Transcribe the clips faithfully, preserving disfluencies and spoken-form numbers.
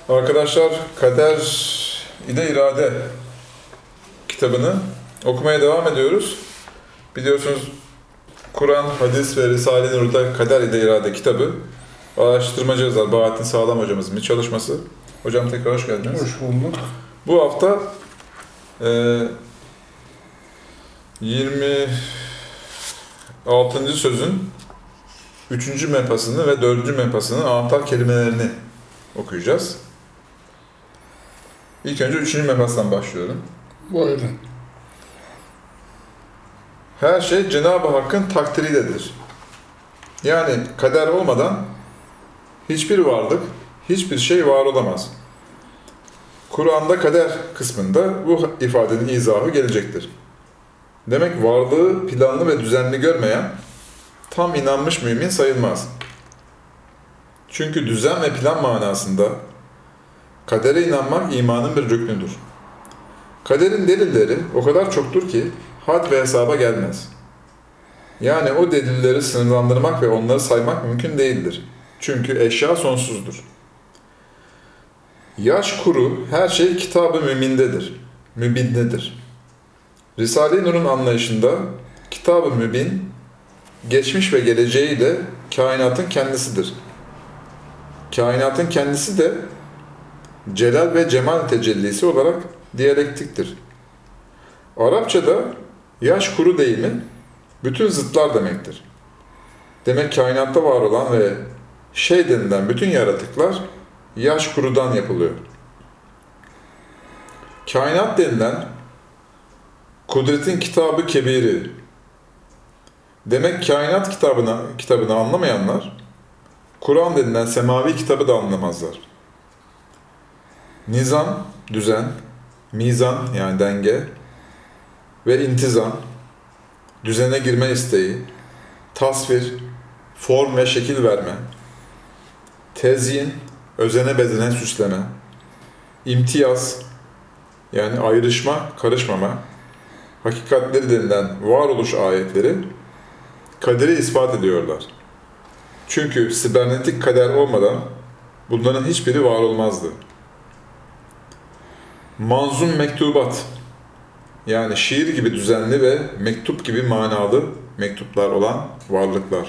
Arkadaşlar, Kader ile İrade kitabını okumaya devam ediyoruz. Biliyorsunuz Kur'an, Hadis ve Risale-i Nur'da Kader ile İrade kitabı araştırmacı yazar Bahattin Sağlam hocamızın bir çalışması. Hocam tekrar hoş geldiniz. Hoş bulduk. Bu hafta e, yirmi altıncı sözün üçüncü mefasını ve dördüncü mefasının anahtar kelimelerini okuyacağız. İlk önce üçüncü mefasından başlıyorum. Buyurun. Her şey Cenab-ı Hakk'ın takdiriyledir. Yani kader olmadan hiçbir varlık, hiçbir şey var olamaz. Kur'an'da kader kısmında bu ifadenin izahı gelecektir. Demek varlığı planlı ve düzenli görmeyen tam inanmış mümin sayılmaz. Çünkü düzen ve plan manasında kadere inanmak imanın bir rüknüdür. Kaderin delilleri o kadar çoktur ki had ve hesaba gelmez. Yani o delilleri sınırlandırmak ve onları saymak mümkün değildir. Çünkü eşya sonsuzdur. Yaş kuru her şey kitab-ı mümindedir. Mübindedir. Risale-i Nur'un anlayışında kitab-ı mübin, geçmiş ve geleceğiyle kainatın kendisidir. Kainatın kendisi de celal ve cemal tecellisi olarak diyalektiktir. Arapçada yaş kuru deyimi bütün zıtlar demektir. Demek kainatta var olan ve şey denilen bütün yaratıklar yaş kurudan yapılıyor. Kainat denilen kudretin kitabı kebiri. Demek kainat kitabını, kitabını anlamayanlar Kur'an denilen semavi kitabı da anlamazlar. Nizam, düzen, mizan yani denge ve intizam, düzene girme isteği, tasvir, form ve şekil verme, tezyin, özene bezene süsleme, imtiyaz yani ayrışma, karışmama, hakikatleri denilen varoluş ayetleri kaderi ispat ediyorlar. Çünkü sibernetik kader olmadan bunların hiçbiri var olmazdı. Manzum mektubat yani şiir gibi düzenli ve mektup gibi manalı mektuplar olan varlıklar.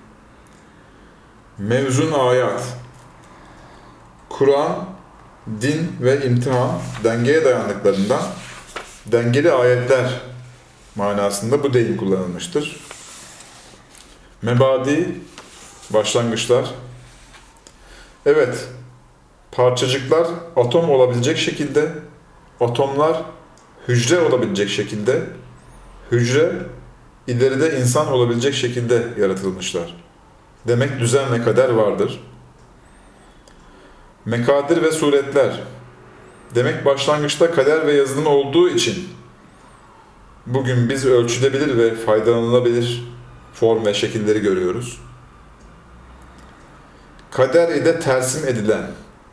Mevzun ayat, Kur'an, din ve imtihan dengeye dayandıklarından dengeli ayetler manasında bu deyim kullanılmıştır. Mebadi, başlangıçlar. Evet, parçacıklar atom olabilecek şekilde, atomlar hücre olabilecek şekilde, hücre ileride insan olabilecek şekilde yaratılmışlar. Demek düzen ve kader vardır. Mekadir ve suretler. Demek başlangıçta kader ve yazılım olduğu için bugün biz ölçülebilir ve faydalanılabilir form ve şekilleri görüyoruz. Kader ile tersim edilen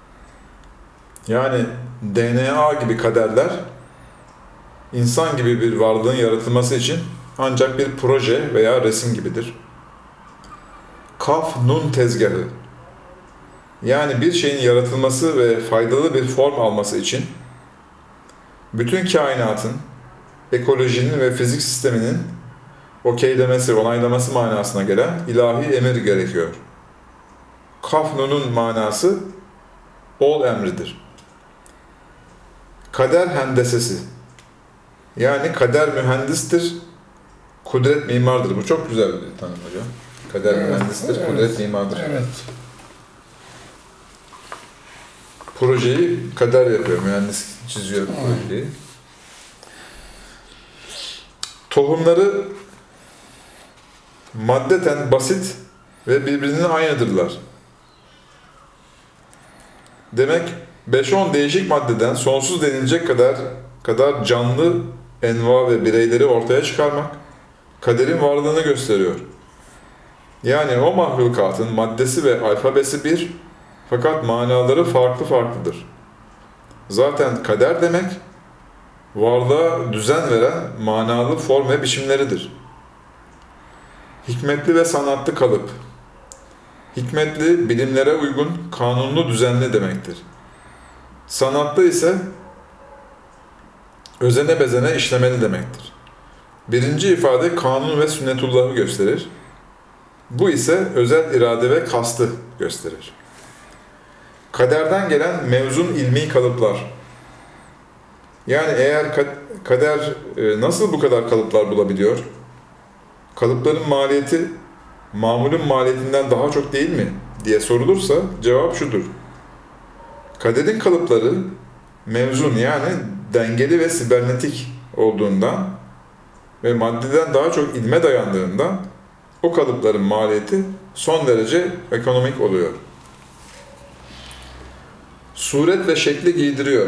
yani D N A gibi kaderler insan gibi bir varlığın yaratılması için ancak bir proje veya resim gibidir. Kaf nun tezgahı yani bir şeyin yaratılması ve faydalı bir form alması için bütün kainatın, ekolojinin ve fizik sisteminin okeylemesi, onaylaması manasına gelen ilahi emir gerekiyor. Kaf nunun manası ol emridir. Kader hendesesi yani kader mühendistir, kudret mimardır. Bu çok güzel bir tanım hocam. Kader evet, mühendistir, evet, kudret mimardır. Evet. Projeyi kader yapıyor, mühendis çiziyor evet. Projeyi. Tohumları maddeten basit ve birbirinin aynıdırlar. Demek beş on değişik maddeden sonsuz denilecek kadar kadar canlı enva ve bireyleri ortaya çıkarmak kaderin varlığını gösteriyor. Yani o mahlukatın maddesi ve alfabesi bir, fakat manaları farklı farklıdır. Zaten kader demek, varlığa düzen veren manalı form ve biçimleridir. Hikmetli ve sanatlı kalıp, hikmetli, bilimlere uygun, kanunlu, düzenli demektir. Sanatta ise özene bezene işlemeli demektir. Birinci ifade kanun ve sünnetullahı gösterir. Bu ise özel irade ve kastı gösterir. Kaderden gelen mevzun ilmi kalıplar. Yani eğer kader nasıl bu kadar kalıplar bulabiliyor? Kalıpların maliyeti mamulün maliyetinden daha çok değil mi diye sorulursa cevap şudur. Kaderin kalıpları mevzun yani dengeli ve sibernetik olduğundan ve maddeden daha çok ilme dayandığından o kalıpların maliyeti son derece ekonomik oluyor. Suret ve şekli giydiriyor.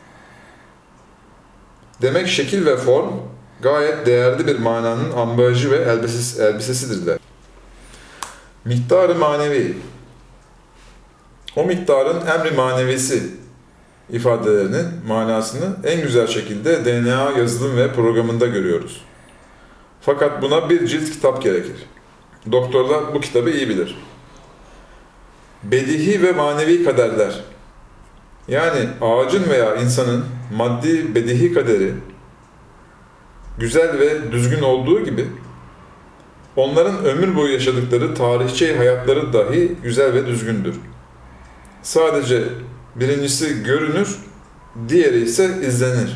Demek şekil ve form gayet değerli bir mananın ambacı ve elbisesi, elbisesidirler. Miktar-ı manevi. O miktarın emri manevisi ifadelerinin manasını en güzel şekilde D N A yazılım ve programında görüyoruz. Fakat buna bir cilt kitap gerekir. Doktorlar bu kitabı iyi bilir. Bedihi ve manevi kaderler. Yani ağacın veya insanın maddi bedihi kaderi güzel ve düzgün olduğu gibi onların ömür boyu yaşadıkları tarihçe hayatları dahi güzel ve düzgündür. Sadece birincisi görünür, diğeri ise izlenir.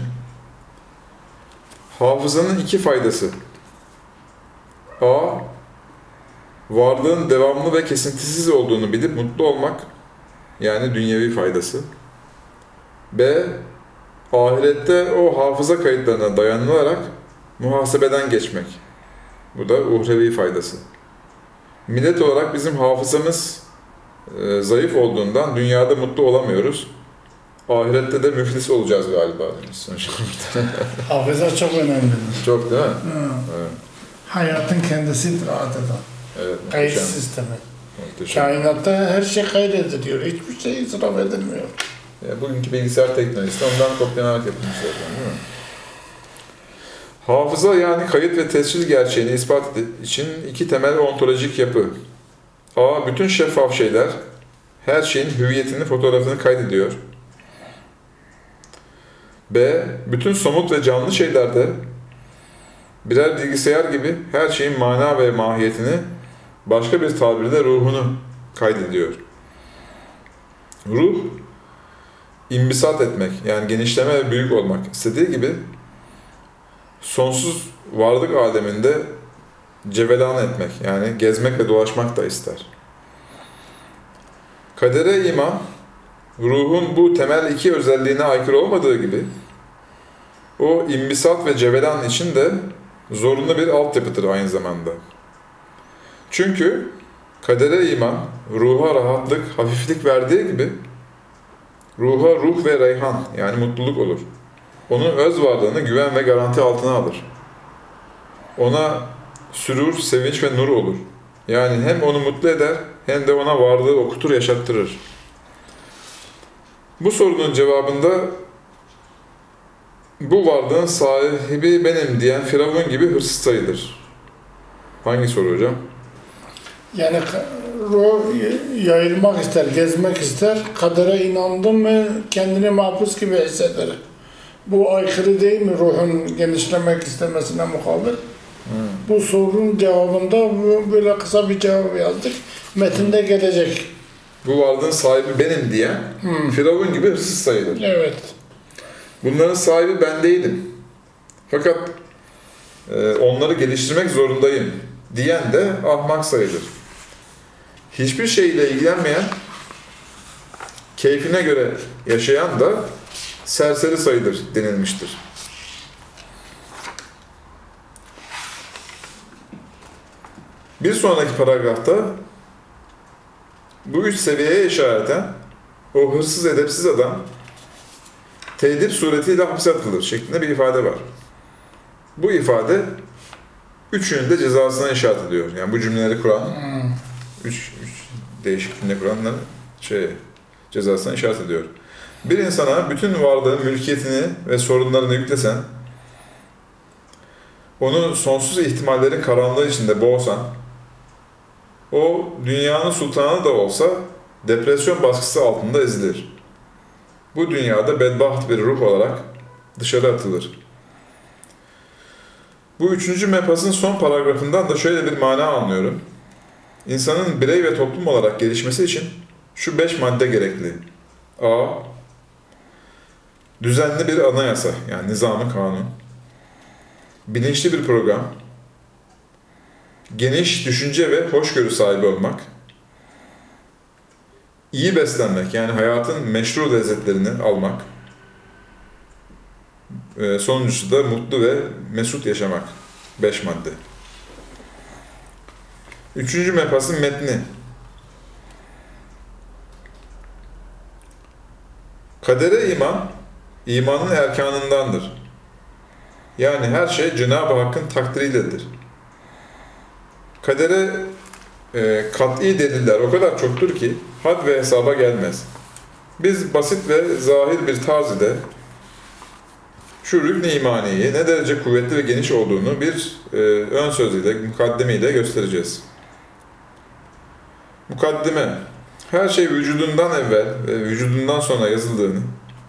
Hafızanın iki faydası. A. Varlığın devamlı ve kesintisiz olduğunu bilip mutlu olmak, yani dünyevi faydası. B. Ahirette o hafıza kayıtlarına dayanılarak muhasebeden geçmek. Bu da uhrevi faydası. Millet olarak bizim hafızamız e, zayıf olduğundan dünyada mutlu olamıyoruz. Ahirette de müflis olacağız galiba. Hafıza çok önemli. Çok değil mi? Evet. Hayatın kendisidir adeta. Evet, kayıt sistemi. Muhteşem. Kainatta her şey kaydediliyor. Hiçbir şey israf edilmiyor. Ya, bugünkü bilgisayar teknolojisi ondan kopyalarak yapılmış zaten değil mi? Hafıza yani kayıt ve tescil gerçeğini ispat için iki temel ontolojik yapı. A. Bütün şeffaf şeyler, her şeyin hüviyetini, fotoğrafını kaydediyor. B. Bütün somut ve canlı şeylerde birer bilgisayar gibi her şeyin mana ve mahiyetini, başka bir tabirle ruhunu kaydediyor. Ruh, imbisat etmek, yani genişleme ve büyük olmak istediği gibi sonsuz varlık aleminde cevelan etmek, yani gezmek ve dolaşmak da ister. Kadere iman, ruhun bu temel iki özelliğine aykırı olmadığı gibi, o imbisat ve cevelan için de zorunlu bir altyapıdır aynı zamanda. Çünkü kadere iman, ruha rahatlık, hafiflik verdiği gibi, ruha ruh ve reyhan, yani mutluluk olur. Onun öz varlığını güven ve garanti altına alır. Ona sürur, sevinç ve nur olur. Yani hem onu mutlu eder, hem de ona varlığı okutur, yaşattırır. Bu sorunun cevabında bu varlığın sahibi benim diyen Firavun gibi hırsız sayılır. Hangi soru hocam? Yani ruh yayılmak ister, gezmek ister, kadere inandı mı kendini mahpus gibi hisseder. Bu aykırı değil mi ruhun genişlemek istemesine mukabil? Hmm. Bu sorunun cevabında böyle kısa bir cevap yazdık. Metinde gelecek. Bu varlığın sahibi benim diye hmm. Firavun gibi hırsız sayılır. Evet. Bunların sahibi ben değilim. Fakat e, onları geliştirmek zorundayım diyen de ahmak sayılır. Hiçbir şeyle ilgilenmeyen, keyfine göre yaşayan da serseri sayılır denilmiştir. Bir sonraki paragrafta bu üç seviyeye işareten o hırsız edepsiz adam tedbir suretiyle hapse atılır şeklinde bir ifade var. Bu ifade üçünün de cezasına işaret ediyor. Yani bu cümleleri kuran, hmm. üç, üç değişik cümle kuranların şey, cezasına işaret ediyor. Bir insana bütün varlığın mülkiyetini ve sorunlarını yüklesen, onu sonsuz ihtimallerin karanlığı içinde boğsan, o dünyanın sultanı da olsa depresyon baskısı altında ezilir. bu dünyada bedbaht bir ruh olarak dışarı atılır. Bu üçüncü mebhasın son paragrafından da şöyle bir mana anlıyorum. İnsanın birey ve toplum olarak gelişmesi için şu beş madde gerekli. A. Düzenli bir anayasa, yani nizam-ı kanun. Bilinçli bir program. Geniş düşünce ve hoşgörü sahibi olmak. İyi beslenmek, yani hayatın meşru lezzetlerini almak. Ee, sonuncusu da mutlu ve mesut yaşamak. Beş madde. Üçüncü mebhasın metni. Kadere iman, imanın erkanındandır. Yani her şey Cenab-ı Hakk'ın takdiriyledir. Kadere e, kat'i deliller o kadar çoktur ki had ve hesaba gelmez. Biz basit ve zahir bir tarz ile şu rükn-i imaniyi ne derece kuvvetli ve geniş olduğunu bir e, ön söz ile, mukaddime ile göstereceğiz. Mukaddime, her şey vücudundan evvel ve vücudundan sonra yazıldığını,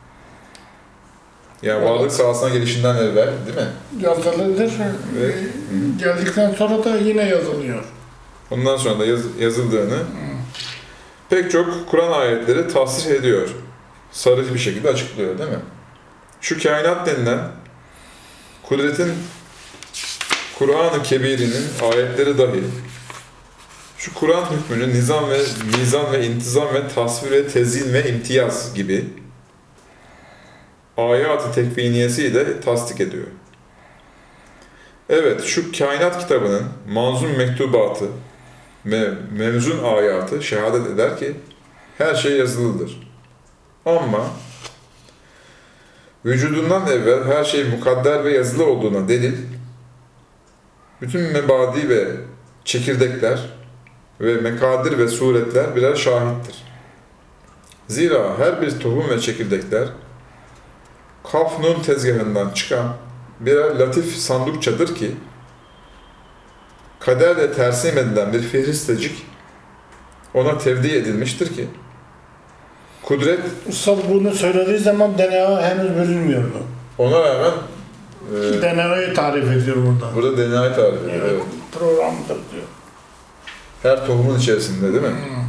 yani varlık sahasına gelişinden evvel, değil mi? Yazılıdır. Ve, Geldikten sonra da yine yazılıyor. ondan sonra da yaz, yazıldığını hı. pek çok Kur'an ayetleri tahsis ediyor. Sarih bir şekilde açıklıyor, değil mi? Şu kainat denilen kudretin Kur'an-ı Kebir'inin ayetleri dahi şu Kur'an hükmünü nizam ve mizan ve intizam ve tasvir ve tezyin ve imtiyaz gibi ayat-ı tekviniyesiyle tasdik ediyor. Evet, şu kainat kitabının manzum mektubatı ve mevzun ayatı şehadet eder ki her şey yazılıdır. Ama vücudundan evvel her şey mukadder ve yazılı olduğuna delil, bütün mebadi ve çekirdekler ve mekadir ve suretler birer şahittir. Zira her bir tohum ve çekirdekler Kaf Nun tezgahından çıkan birer latif sandukçadır ki kaderle tersim edilen bir fihristecik ona tevdi edilmiştir ki kudret... Usta bunu söylediği zaman D N A henüz bilinmiyordu. Ona rağmen e, D N A'yı tarif ediyor burada. Burada D N A'yı tarif ediyor. Evet, evet. Programdır diyor. Her tohumun içerisinde, değil mi? Hmm.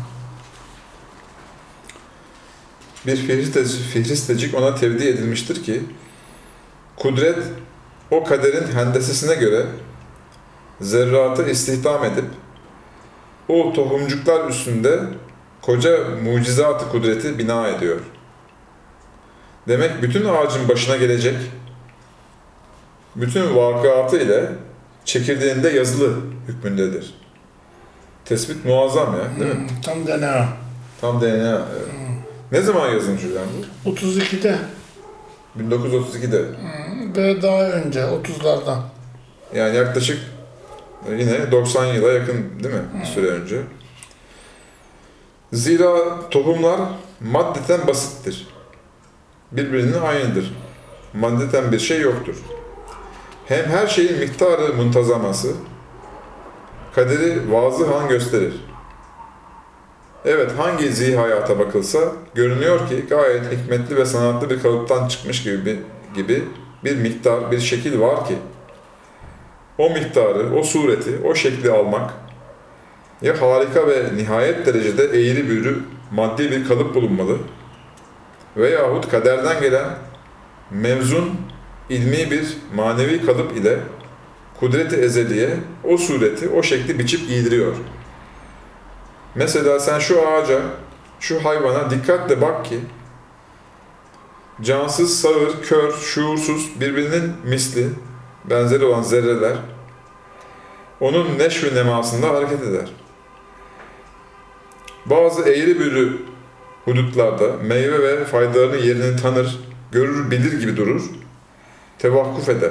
Bir fihristecik ona tevdi edilmiştir ki kudret o kaderin hendesesine göre zerratı istihdam edip o tohumcuklar üstünde koca mucizat-ı kudreti bina ediyor. Demek bütün ağacın başına gelecek bütün vakıatı ile çekirdeğinde yazılı hükmündedir. Tespit muazzam ya, değil mi? Hmm, tam D N A. Tam D N A, evet. Hmm. Ne zaman yazılmış hocam bu? otuz ikide. bin dokuz yüz otuz ikide. Hmm, ve daha önce, otuzlardan. Yani yaklaşık yine doksan yıla yakın, değil mi? Hmm. Bir süre önce. Zira tohumlar maddeten basittir. Birbirinin aynıdır. Maddeten bir şey yoktur. Hem her şeyin miktarı muntazaması kaderi vazıhan gösterir. Evet, hangi zihayata bakılsa görünüyor ki gayet hikmetli ve sanatlı bir kalıptan çıkmış gibi bir, gibi bir miktar, bir şekil var ki o miktarı, o sureti, o şekli almak ya harika ve nihayet derecede eğri büğrü maddi bir kalıp bulunmalı veyahut kaderden gelen mevzun ilmi bir manevi kalıp ile kudret-i ezeliye o sureti, o şekli biçip giydiriyor. Mesela sen şu ağaca, şu hayvana dikkatle bak ki cansız, sağır, kör, şuursuz, birbirinin misli, benzeri olan zerreler onun neşv-i nemasında hareket eder. Bazı eğri büğrü hudutlarda meyve ve faydalarının yerini tanır, görür, bilir gibi durur, tevakkuf eder.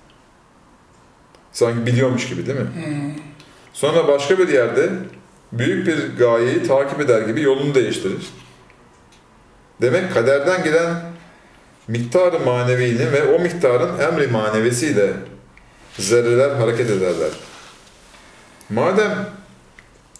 Sanki biliyormuş gibi, değil mi? Hmm. Sonra başka bir yerde büyük bir gayeyi takip eder gibi yolunu değiştirir. Demek kaderden gelen miktar-ı manevinin ve o miktarın emri manevisiyle zerreler hareket ederler. Madem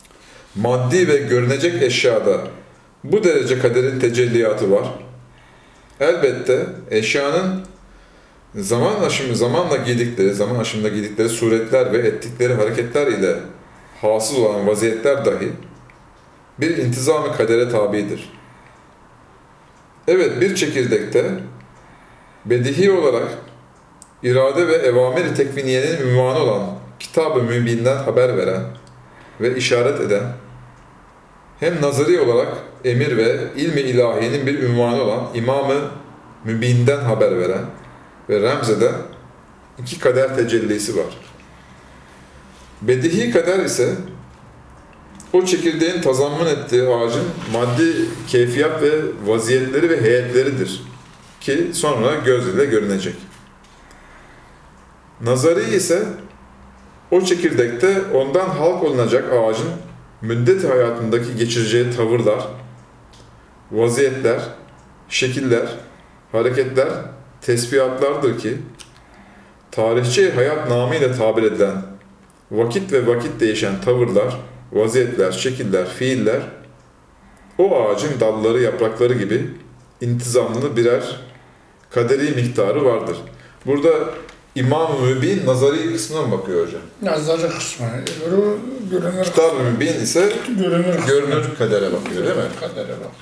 maddi ve görünecek eşyada bu derece kaderin tecelliyatı var, Elbette eşyanın zaman aşımı, zamanla giydikleri, zaman aşımında giydikleri suretler ve ettikleri hareketler ile hasıl olan vaziyetler dahi bir intizam-ı kadere tabidir. Evet, bir çekirdekte bedihi olarak irade ve evamir-i tekviniyenin ünvanı olan Kitab-ı Mübin'den haber veren ve işaret eden, hem nazari olarak emir ve ilmi ilahiyenin bir ünvanı olan İmam-ı Mübin'den haber veren ve remzeden iki kader tecellisi var. Bedihi kader ise o çekirdeğin tazammun ettiği ağacın maddi keyfiyat ve vaziyetleri ve heyetleridir ki sonra göz ile görünecek. Nazari ise o çekirdekte ondan halk olunacak ağacın müddet hayatındaki geçireceği tavırlar, vaziyetler, şekiller, hareketler, tesbihatlardır ki tarihçi hayat namıyla tabir edilen vakit ve vakit değişen tavırlar, vaziyetler, şekiller, fiiller o ağacın dalları, yaprakları gibi intizamlı birer kaderi miktarı vardır. Burada İmam-ı Mübin nazari kısmına mı bakıyor hocam? Nazarı kısmı. Öbürü görünür. Kitab-ı Mübin ise görünür, görünür kadere bakıyor değil mi? Kadere bak.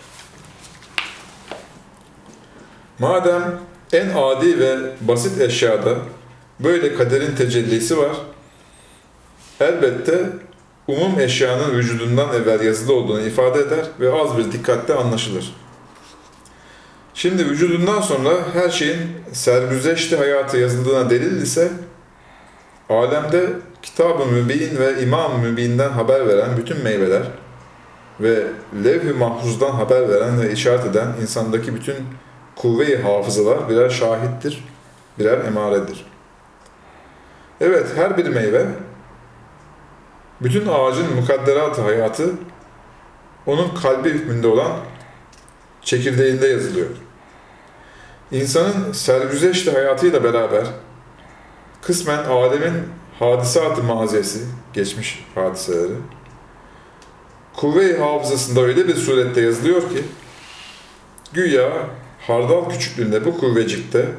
Madem en adi ve basit eşyada böyle kaderin tecellisi var, elbette umum eşyanın vücudundan evvel yazılı olduğunu ifade eder ve az bir dikkatle anlaşılır. Şimdi vücudundan sonra her şeyin sergüzeşti hayatı yazıldığına delil ise, alemde Kitab-ı Mübin ve İmam-ı Mübin'den haber veren bütün meyveler ve levh-i mahfuzdan haber veren ve işaret eden insandaki bütün kuvve-i hafızalar birer şahittir, birer emaredir. Evet, her bir meyve, bütün ağacın mukadderat-ı hayatı, onun kalbi hükmünde olan çekirdeğinde yazılıyor. İnsanın sergüzeşti hayatıyla beraber, kısmen alemin hadisat-ı maziyesi, geçmiş hadiseleri, kuvve-i hafızasında öyle bir surette yazılıyor ki, güya hardal küçüklüğünde bu kuvvecikte,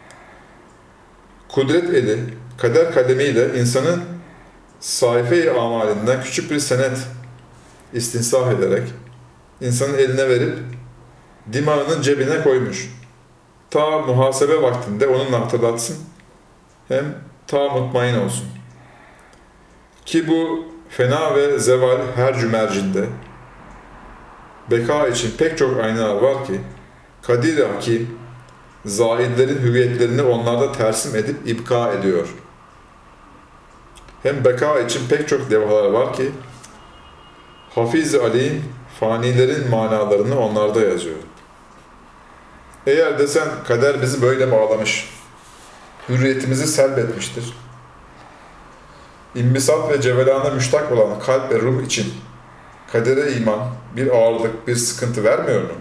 kudret eli, kader kalemiyle insanın sayfe-i amalinden küçük bir senet istinsah ederek, insanın eline verip, dimağının cebine koymuş. Ta muhasebe vaktinde onunla hatırlatsın, hem ta mutmain olsun. Ki bu fena ve zeval her cümercinde, beka için pek çok aynalar var ki, Kadir-i Hakim, zaidlerin hüviyetlerini onlarda tersim edip ibka ediyor. Hem beka için pek çok levhalar var ki, Hafiz-i Alim, fanilerin manalarını onlarda yazıyor. Eğer desen kader bizi böyle bağlamış, hürriyetimizi selbetmiştir. İmbisat ve cevelana müştak olan kalp ve ruh için kadere iman bir ağırlık, bir sıkıntı vermiyor mu?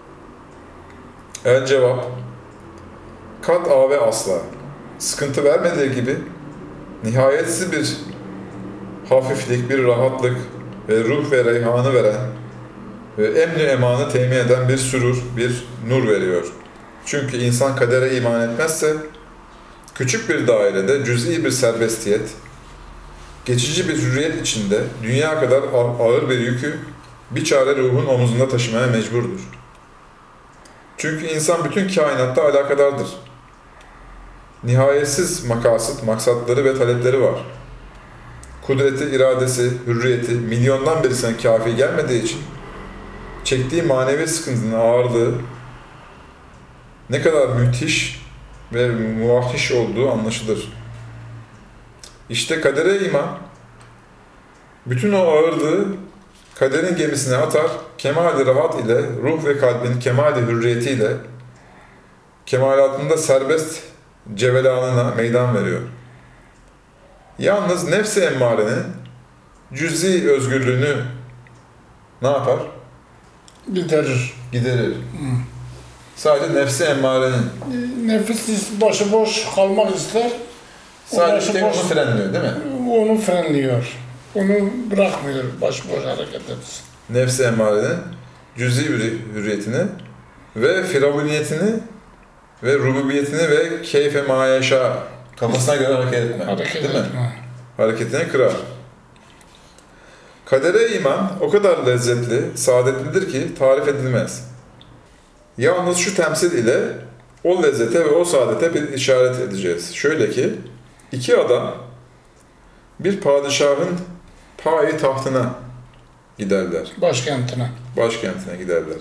El cevap, kat'a ve asla. Sıkıntı vermediği gibi nihayetsiz bir hafiflik, bir rahatlık ve ruh ve reyhanı veren ve emni emanı temin eden bir sürur, bir nur veriyor. Çünkü insan kadere iman etmezse, küçük bir dairede cüz'i bir serbestiyet, geçici bir hürriyet içinde dünya kadar ağır bir yükü bir çare ruhun omuzunda taşımaya mecburdur. Çünkü insan bütün kainatta alakadardır. Nihayetsiz makasıt, maksatları ve talepleri var. Kudreti, iradesi, hürriyeti milyondan birisine kafi gelmediği için çektiği manevi sıkıntının ağırlığı ne kadar müthiş ve muvahhiş olduğu anlaşılır. İşte kadere iman, bütün o ağırlığı kaderin gemisine atar, kemal-i rahat ile, ruh ve kalbin kemal-i hürriyetiyle, kemalatında serbest cevelanına meydan veriyor. Yalnız nefs-i emmarenin cüz'i özgürlüğünü ne yapar? Giderir. Giderir. Hmm. Sadece nefs-i emmarenin. Nefis başıboş kalmak ister. Sadece tek onu frenliyor değil mi? Onu frenliyor. Onu bırakmıyor başıboş hareket etsin. Nefs-i emmarenin cüz'i hürriyetini ve firavuniyetini ve rububiyetini ve keyfe ma yeşâ kafasına göre hareket etme. Hareket değil mi? etme. Hareketini kırar. Kadere iman o kadar lezzetli, saadetlidir ki tarif edilmez. Yalnız şu temsil ile o lezzete ve o saadete bir işaret edeceğiz. Şöyle ki, iki adam bir padişahın payı tahtına giderler. Başkentine. Başkentine giderler.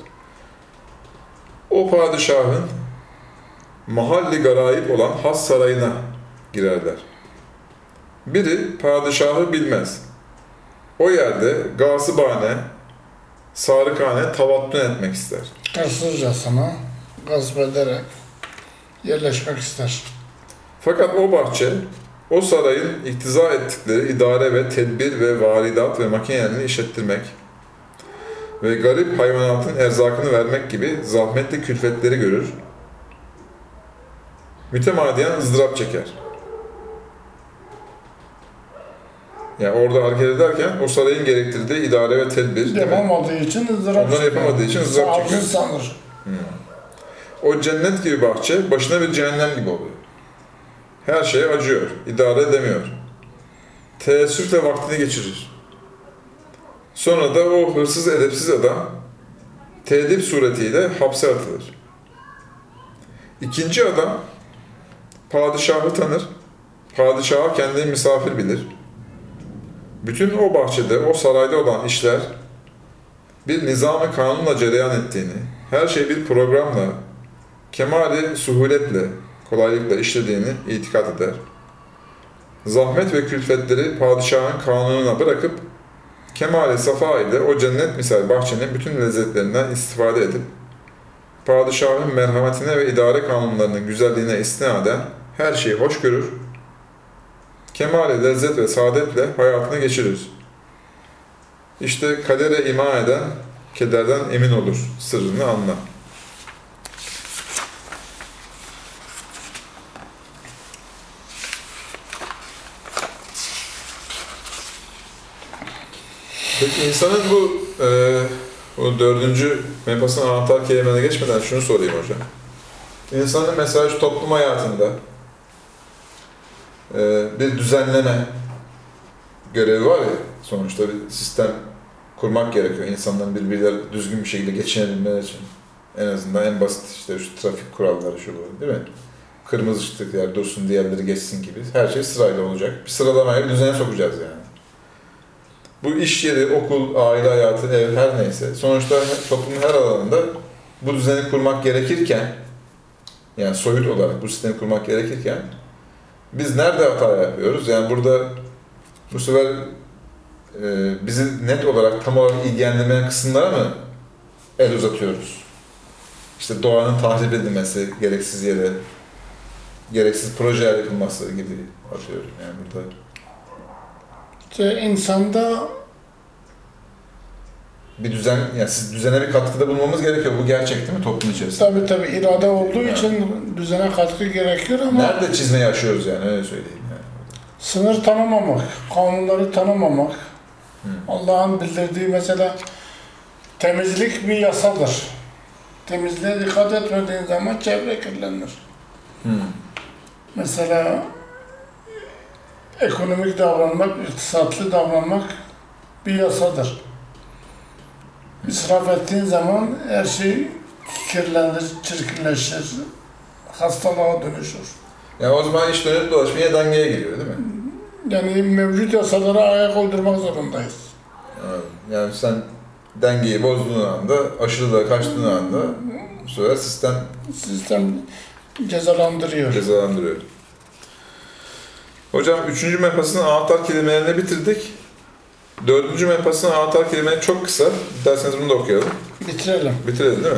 O padişahın mahalli garayip olan has sarayına girerler. Biri padişahı bilmez. O yerde gasıbane, sarıkane tavattun etmek ister. Hırsızcasına gasp ederek yerleşmek ister. Fakat o bahçe, o sarayın iktiza ettikleri idare ve tedbir ve varidat ve makinelerini işlettirmek ve garip hayvanatın erzakını vermek gibi zahmetli külfetleri görür, mütemadiyen ızdırap çeker. Yani orada hareket ederken o sarayın gerektirdiği idare ve tedbir, yapamadığı için ızdırap Onları yapamadığı için ızdırap çekiyor. sanır. Hmm. O cennet gibi bahçe başına bir cehennem gibi oluyor. Her şeye acıyor, idare edemiyor. Teessüfle vaktini geçirir. Sonra da o hırsız edepsiz adam tedip suretiyle hapse atılır. İkinci adam padişahı tanır, padişaha kendini misafir bilir. Bütün o bahçede, o sarayda olan işler bir nizam-ı kanunla cereyan ettiğini, her şey bir programla, kemali suhuletle, kolaylıkla işlediğini itikat eder. Zahmet ve külfetleri padişahın kanununa bırakıp, kemali safa ile o cennet misal bahçenin bütün lezzetlerinden istifade edip, padişahın merhametine ve idare kanunlarının güzelliğine istinaden her şeyi hoş görür, kemali lezzet ve saadetle hayatını geçirir. İşte kadere iman eden, kederden emin olur, sırrını anla. Peki insanın bu, e, bu dördüncü mefasının anahtar kelimelerine geçmeden şunu sorayım hocam. İnsanın mesela şu toplum hayatında e, bir düzenleme görevi var ya, sonuçta bir sistem kurmak gerekiyor. İnsanların birbirleri düzgün bir şekilde geçinebilmeleri için. En azından en basit işte şu trafik kuralları şu değil mi? Kırmızı ışıklar dursun, diğerleri geçsin gibi. Her şey sırayla olacak. Bir sıralamaya, bir düzene sokacağız yani. Bu iş yeri, okul, aile hayatı, ev her neyse. Sonuçta toplumun her alanında bu düzeni kurmak gerekirken, yani soyut olarak bu sistemi kurmak gerekirken biz nerede hata yapıyoruz? Yani burada bu sefer e, bizi net olarak, tam olarak ilgilendirmeyen kısımlara mı el uzatıyoruz? İşte doğanın tahrip edilmesi, gereksiz yere, gereksiz projeler yapılması gibi atıyorum yani burada. İşte insanda Bir düzen, yani siz düzene bir katkıda bulunmamız gerekiyor. Bu gerçek değil mi toplum içerisinde? tabii tabii irade olduğu yani. için düzene katkı gerekiyor ama Nerede çizmeyi aşıyoruz yani, öyle söyleyeyim yani. sınır tanımamak, kanunları tanımamak, Hmm. Allah'ın bildirdiği mesela temizlik bir yasadır. Temizliğe dikkat etmediğin zaman çevre kirlenir. Hmm. Mesela ekonomik davranmak, iktisatlı davranmak bir yasadır. İsraf ettiğin zaman her şey kirlenir, çirkinleşir, hastalığa dönüşür. Yani o zaman iş dönüp dolaşmaya dengeye giriyor değil mi? Yani mevcut yasalara ayak uydurmak zorundayız. Yani, yani sen dengeyi bozduğun anda, aşırılığa kaçtığın anda bu sefer sistem Sistem cezalandırıyor. cezalandırıyor. Hocam üçüncü mefasının anahtar kelimelerini bitirdik. Dördüncü mefasının anahtar kelimeleri çok kısa. Derseniz bunu da okuyalım. Bitirelim. Bitirelim değil mi?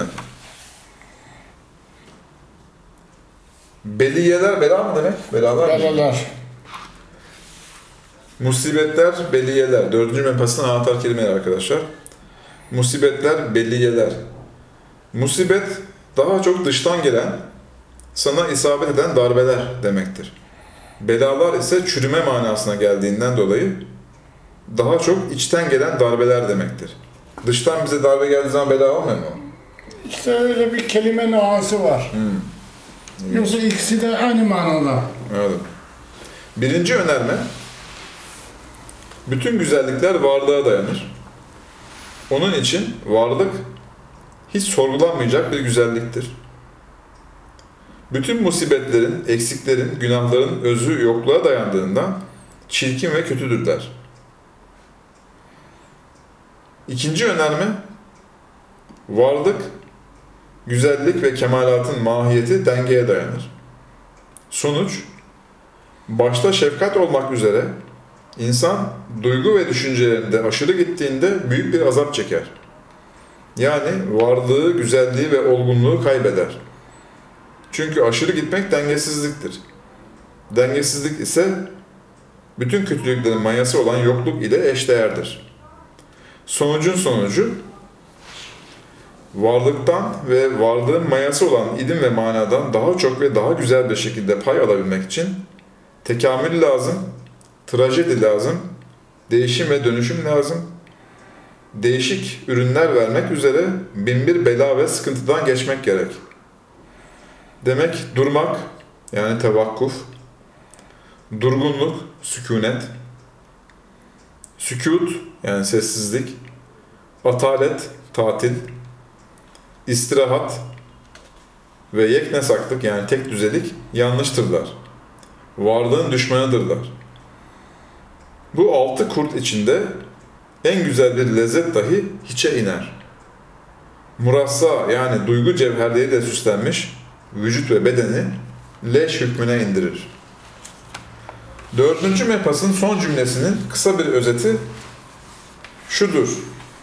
Beliyeler bela mı demek? Belalar mı? Belalar. Musibetler, beliyeler. Dördüncü mefasının anahtar kelimeleri arkadaşlar. Musibetler, beliyeler. Musibet daha çok dıştan gelen, sana isabet eden darbeler demektir. Belalar ise çürüme manasına geldiğinden dolayı daha çok içten gelen darbeler demektir. Dıştan bize darbe geldiği zaman bela olmuyor mu? İşte öyle bir kelime nuansı var. Hmm. Yoksa ikisi de aynı manada. Anladım. Birinci önerme, bütün güzellikler varlığa dayanır. Onun için varlık hiç sorgulanmayacak bir güzelliktir. Bütün musibetlerin, eksiklerin, günahların özü yokluğa dayandığından çirkin ve kötüdürler. İkinci önerme, varlık, güzellik ve kemalatın mahiyeti dengeye dayanır. Sonuç, başta şefkat olmak üzere insan duygu ve düşüncelerinde aşırı gittiğinde büyük bir azap çeker. Yani varlığı, güzelliği ve olgunluğu kaybeder. Çünkü aşırı gitmek dengesizliktir. Dengesizlik ise bütün kötülüklerin mayası olan yokluk ile eşdeğerdir. Sonucun sonucu, varlıktan ve varlığın mayası olan ilim ve manadan daha çok ve daha güzel bir şekilde pay alabilmek için tekamül lazım, trajedi lazım, değişim ve dönüşüm lazım, değişik ürünler vermek üzere binbir bela ve sıkıntıdan geçmek gerek. Demek durmak, yani tevakkuf, durgunluk, sükunet, sükût, yani sessizlik, atalet, tatil, istirahat ve yeknesaklık, yani tek düzelik yanlıştırlar. Varlığın düşmanıdırlar. Bu altı kurt içinde en güzel bir lezzet dahi hiçe iner. Murassa, yani duygu cevherleriyle süslenmiş vücut ve bedeni leş hükmüne indirir. Dördüncü mebhasın son cümlesinin kısa bir özeti şudur: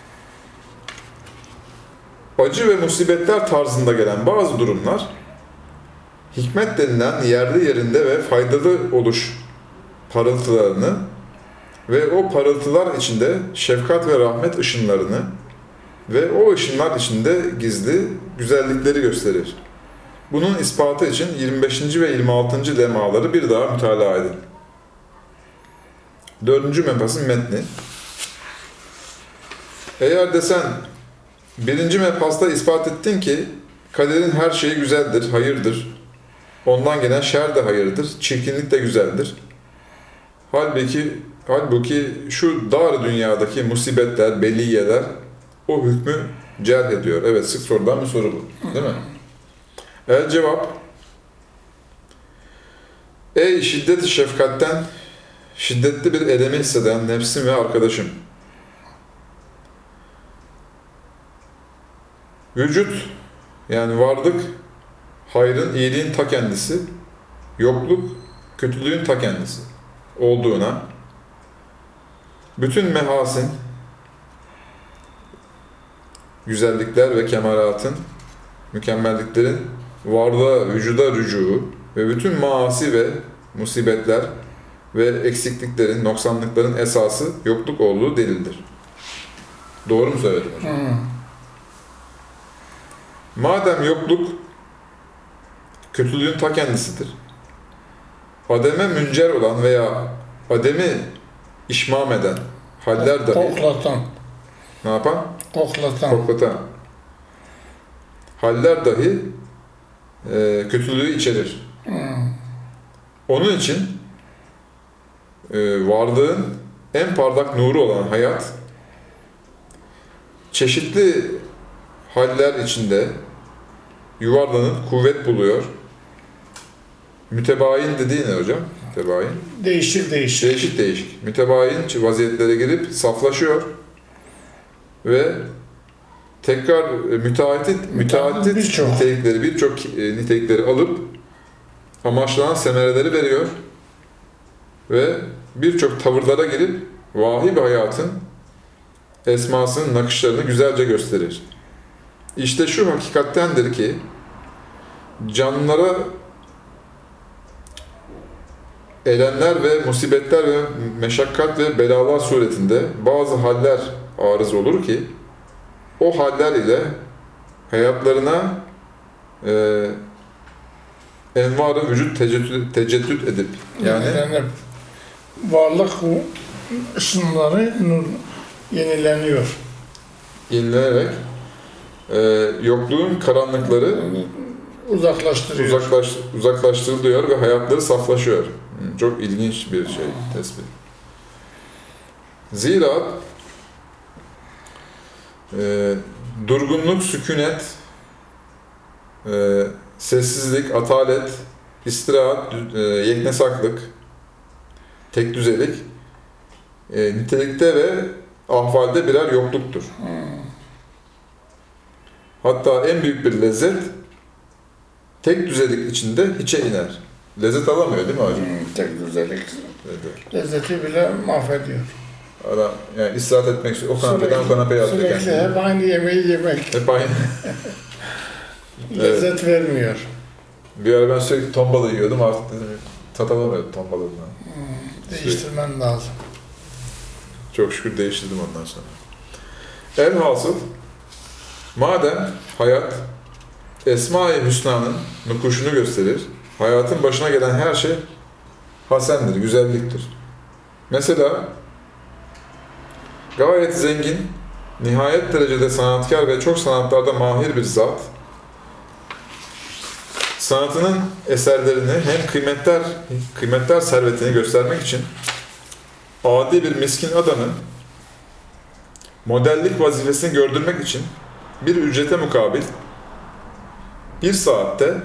acı ve musibetler tarzında gelen bazı durumlar, hikmet denilen yerli yerinde ve faydalı oluş parıltılarını ve o parıltılar içinde şefkat ve rahmet ışınlarını ve o ışınlar içinde gizli güzellikleri gösterir. Bunun ispatı için yirmi beşinci ve yirmi altıncı lemaları bir daha mütalaa edin. Dördüncü mebhasın metni. Eğer desen, birinci mebhasta ispat ettin ki kaderin her şeyi güzeldir, hayırdır. Ondan gelen şer de hayırdır, çirkinlik de güzeldir. Halbuki, halbuki şu dar dünyadaki musibetler, beliyeler o hükmü celp ediyor. Evet, sık sorulan bir soru bu. Değil mi? El cevap: ey şiddet-i şefkatten şiddetli bir elemi hisseden nefsim ve arkadaşım! Vücut, yani varlık, hayrın, iyiliğin ta kendisi, yokluk, kötülüğün ta kendisi olduğuna, bütün mehasin, güzellikler ve kemalatın, mükemmelliklerin varlığa, vücuda rücuu ve bütün maasi ve musibetler ve eksikliklerin, noksanlıkların esası yokluk olduğu delildir. Doğru mu söyledim hocam? Hmm. Madem yokluk kötülüğün ta kendisidir, ademe müncer olan veya ademi işmam eden haller dahi Koklatan. ne yapan? Koklatan. Koklatan. Haller dahi e, kötülüğü içerir. Hmm. Onun için e, varlığın en parlak nuru olan hayat, çeşitli haller içinde yuvarlanıp kuvvet buluyor. Mütebayin dediği ne hocam? Mütebayin. Değişik değişik. Değişik değişik. Mütebayin vaziyetlere girip saflaşıyor ve tekrar müteahhit, müteahhit birçok. nitelikleri, birçok nitelikleri alıp amaçlanan semereleri veriyor ve birçok tavırlara girip vahiy bir hayatın esmasının nakışlarını güzelce gösterir. İşte şu hakikattendir ki canlılara elemler ve musibetler ve meşakkat ve belalar suretinde bazı haller arız olur ki o haller ile hayatlarına e, envar-ı vücut teceddüt, teceddüt edip yani, yani varlık ışınları nur yenileniyor. yenilenerek e, yokluğun karanlıkları Uzaklaştırıyor. uzaklaş, uzaklaştırılıyor ve hayatları saflaşıyor. Çok ilginç bir şey, tespit. Zira e, durgunluk, sükunet, e, sessizlik, atalet, istirahat, e, yeknesaklık, tek düzelik, e, nitelikte ve ahvalde birer yokluktur. Hatta en büyük bir lezzet tek düzelik içinde hiçe iner. Lezzet alamıyor değil mi hocam? Hmm, tek düzelik Evet. lezzeti bile mahvediyor. Adam yani istirahat etmek istiyor. O kanapeden o kanapeye atıyor Sürekli kendini. hep aynı yemeği yemek. Hep aynı. Lezzet vermiyor. Bir ara ben sürekli ton balığı yiyordum, artık dedim tat alamıyordum ton balığından. Hmm, değiştirmen lazım. Çok şükür değiştirdim ondan sonra. Elhasıl, madem hayat Esma-i Hüsna'nın nukuşunu gösterir, hayatın başına gelen her şey hasendir, güzelliktir. Mesela gayet zengin, nihayet derecede sanatkar ve çok sanatlarda mahir bir zat, sanatının eserlerini hem kıymetler, kıymetler servetini göstermek için adi bir miskin adamın modellik vazifesini gördürmek için bir ücrete mukabil bir saatte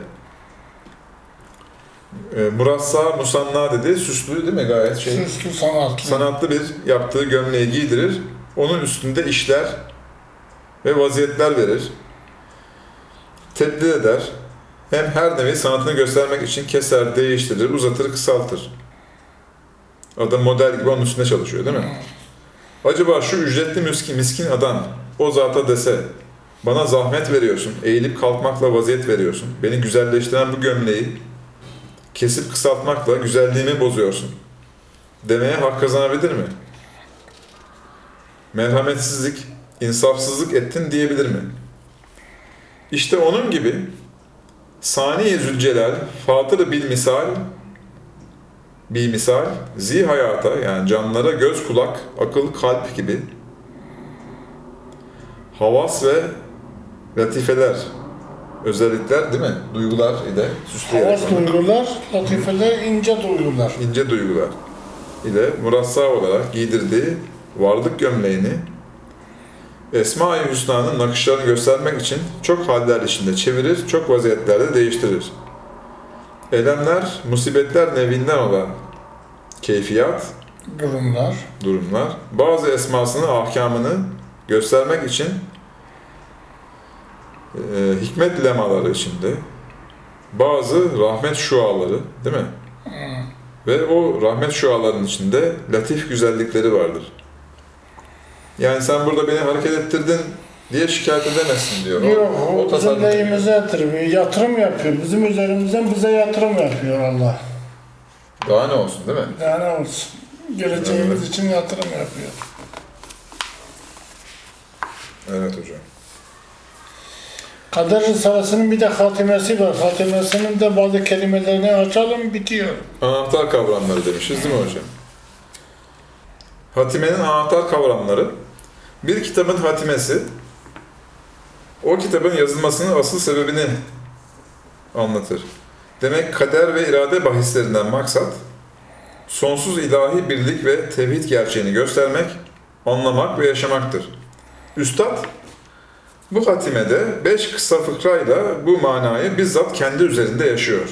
e, murassa, musanna dedi, süslü değil mi gayet şey? Süslü sanatlı. Sanatlı bir yaptığı gömleği giydirir, onun üstünde işler ve vaziyetler verir, tebdil eder, hem her nevi sanatını göstermek için keser, değiştirir, uzatır, kısaltır. Adam model gibi onun üstünde çalışıyor değil mi? Acaba şu ücretli miskin, miskin adam o zata dese, bana zahmet veriyorsun, eğilip kalkmakla vaziyet veriyorsun, beni güzelleştiren bu gömleği kesip kısaltmakla güzelliğimi bozuyorsun demeye hak kazanabilir mi? Merhametsizlik, insafsızlık ettin diyebilir mi? İşte onun gibi Sani-i Zülcelal, Fatır-ı bil misal, bil misal, zi hayata yani canlara göz kulak, akıl kalp gibi havas ve latifeler, özellikler değil mi? Duygular ile süsleyerek. Havas duygular, latifeler, ince duygular. ince duygular ile murassa olarak giydirdiği varlık gömleğini Esma-i Hüsna'nın nakışlarını göstermek için çok haller içinde çevirir, çok vaziyetlerde değiştirir. Elemler, musibetler nevinden olan keyfiyat, Durumlar. durumlar, bazı esmasını, ahkamını göstermek için e, hikmet lemaları içinde, bazı rahmet şuaları, değil mi? Hmm. Ve o rahmet şualarının içinde latif güzellikleri vardır. Yani sen burada beni hareket ettirdin diye şikayet edemezsin diyor. Yok, o, o bizim tasarruf- lehimize yatırım, yatırım yapıyor. Bizim üzerimizden bize yatırım yapıyor Allah. Daha ne olsun değil mi? Yani olsun. Geleceğimiz Evet. için yatırım yapıyor. Evet hocam. Kader Risalesi'nin bir de hatimesi var. Hatimesinin de bazı kelimelerini açalım, bitiyor. Anahtar kavramları demişiz değil mi hocam? Hatimenin anahtar kavramları, bir kitabın hatimesi, o kitabın yazılmasının asıl sebebini anlatır. Demek kader ve irade bahislerinden maksat, sonsuz ilahi birlik ve tevhid gerçeğini göstermek, anlamak ve yaşamaktır. Üstad, bu hatimede beş kısa fıkrayla bu manayı bizzat kendi üzerinde yaşıyor.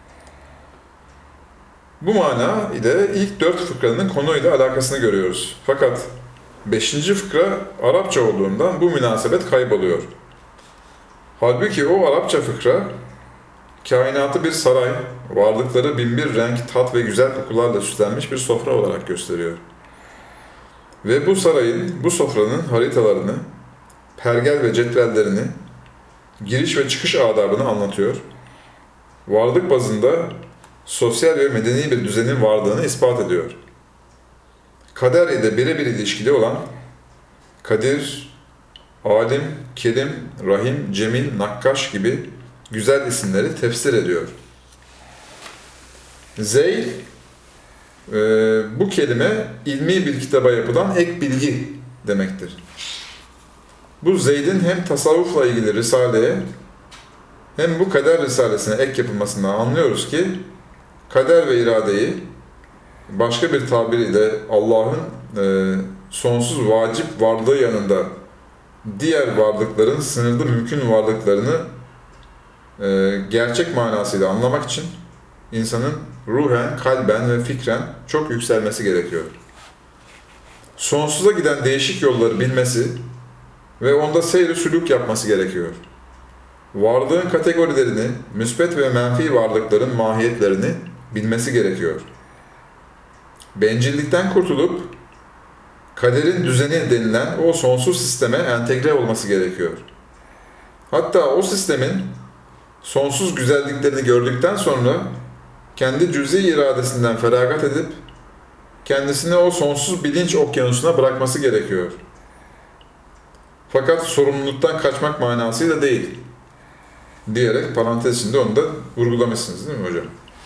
Bu mana ile ilk dört fıkranın konuyla alakasını görüyoruz. Fakat beşinci fıkra Arapça olduğundan bu münasebet kayboluyor. Halbuki o Arapça fıkra, kainatı bir saray, varlıkları binbir renk, tat ve güzel kokularla süslenmiş bir sofra olarak gösteriyor. Ve bu sarayın, bu sofranın haritalarını, pergel ve cetvellerini, giriş ve çıkış adabını anlatıyor. Varlık bazında sosyal ve medeni bir düzenin varlığını ispat ediyor. Kader ile birebir ilişkili olan Kadir, Alim, Kerim, Rahim, Cemil, Nakkaş gibi güzel isimleri tefsir ediyor. Zeyl, e, bu kelime ilmi bir kitaba yapılan ek bilgi demektir. Bu Zeyd'in hem tasavvufla ilgili Risale'ye hem bu kader Risalesine ek yapılmasından anlıyoruz ki kader ve iradeyi başka bir tabiriyle Allah'ın e, sonsuz vacip varlığı yanında diğer varlıkların sınırlı mümkün varlıklarını e, gerçek manasıyla anlamak için insanın ruhen, kalben ve fikren çok yükselmesi gerekiyor. Sonsuza giden değişik yolları bilmesi ve onda seyri sülûk yapması gerekiyor. Varlığın kategorilerini, müsbet ve menfi varlıkların mahiyetlerini bilmesi gerekiyor. Bencillikten kurtulup kaderin düzeni denilen o sonsuz sisteme entegre olması gerekiyor. Hatta o sistemin sonsuz güzelliklerini gördükten sonra kendi cüz'i iradesinden feragat edip kendisini o sonsuz bilinç okyanusuna bırakması gerekiyor. Fakat sorumluluktan kaçmak manasıyla değil diyerek parantez içinde onu da vurgulamışsınız değil mi hocam?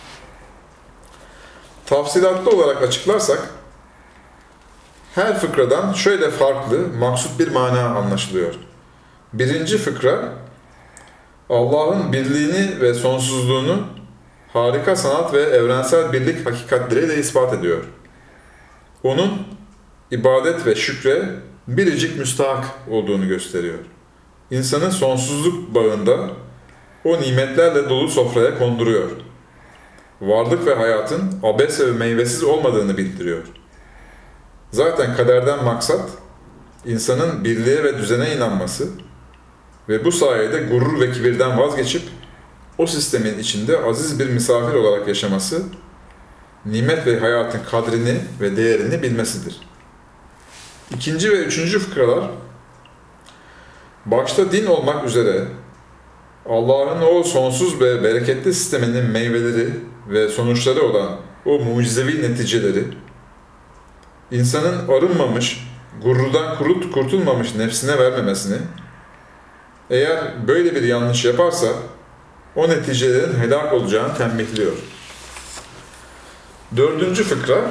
Tafsilatlı olarak açıklarsak her fıkradan şöyle farklı, maksut bir mana anlaşılıyor. Birinci fıkra, Allah'ın birliğini ve sonsuzluğunu harika sanat ve evrensel birlik hakikatleriyle ispat ediyor. Onun ibadet ve şükre biricik müstahak olduğunu gösteriyor. İnsanın sonsuzluk bağında o nimetlerle dolu sofraya konduruyor. Varlık ve hayatın abes ve meyvesiz olmadığını bildiriyor. Zaten kaderden maksat, insanın birliğe ve düzene inanması ve bu sayede gurur ve kibirden vazgeçip o sistemin içinde aziz bir misafir olarak yaşaması, nimet ve hayatın kadrini ve değerini bilmesidir. İkinci ve üçüncü fıkralar, başta din olmak üzere Allah'ın o sonsuz ve bereketli sisteminin meyveleri ve sonuçları olan o mucizevi neticeleri, insanın arınmamış, gururdan kurut, kurtulmamış nefsine vermemesini, eğer böyle bir yanlış yaparsa o neticelerin helak olacağını tembihliyor. Dördüncü fıkra,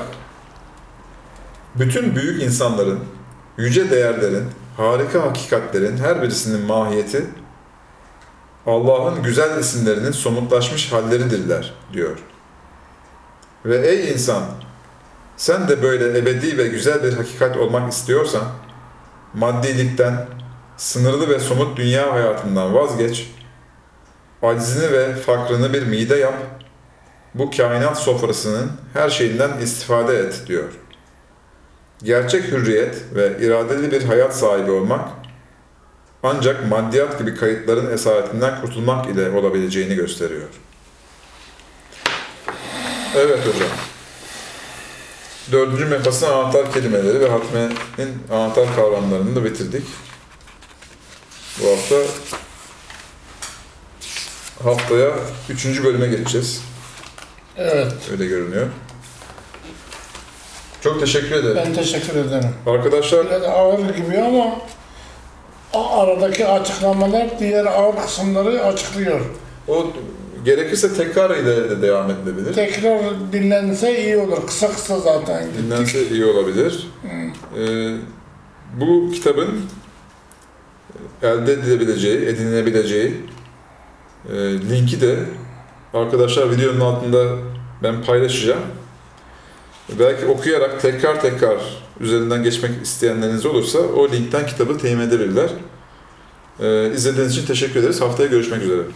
bütün büyük insanların, yüce değerlerin, harika hakikatlerin her birisinin mahiyeti, Allah'ın güzel isimlerinin somutlaşmış halleridirler diyor. Ve ey insan, sen de böyle ebedi ve güzel bir hakikat olmak istiyorsan, maddilikten, sınırlı ve somut dünya hayatından vazgeç, aczini ve fakrını bir mide yap, bu kainat sofrasının her şeyinden istifade et diyor. Gerçek hürriyet ve iradeli bir hayat sahibi olmak, ancak maddiyat gibi kayıtların esaretinden kurtulmak ile olabileceğini gösteriyor. Evet hocam. Dördüncü mefasın anahtar kelimeleri ve hatmenin anahtar kavramlarını da bitirdik. Bu hafta haftaya üçüncü bölüme geçeceğiz. Evet. Öyle görünüyor. Çok teşekkür ederim. Ben teşekkür ederim. Arkadaşlar, Biraz ağır gibi ama aradaki açıklamalar diğer ağır kısımları açıklıyor. o gerekirse tekrar ile de devam edilebilir. Tekrar dinlense iyi olur. Kısa kısa zaten. Dinlense iyi olabilir. Ee, bu kitabın elde edilebileceği, edinilebileceği e, linki de arkadaşlar videonun altında ben paylaşacağım. Belki okuyarak tekrar tekrar üzerinden geçmek isteyenleriniz olursa o linkten kitabı temin edebilirler. Ee, izlediğiniz için teşekkür ederiz. Haftaya görüşmek üzere.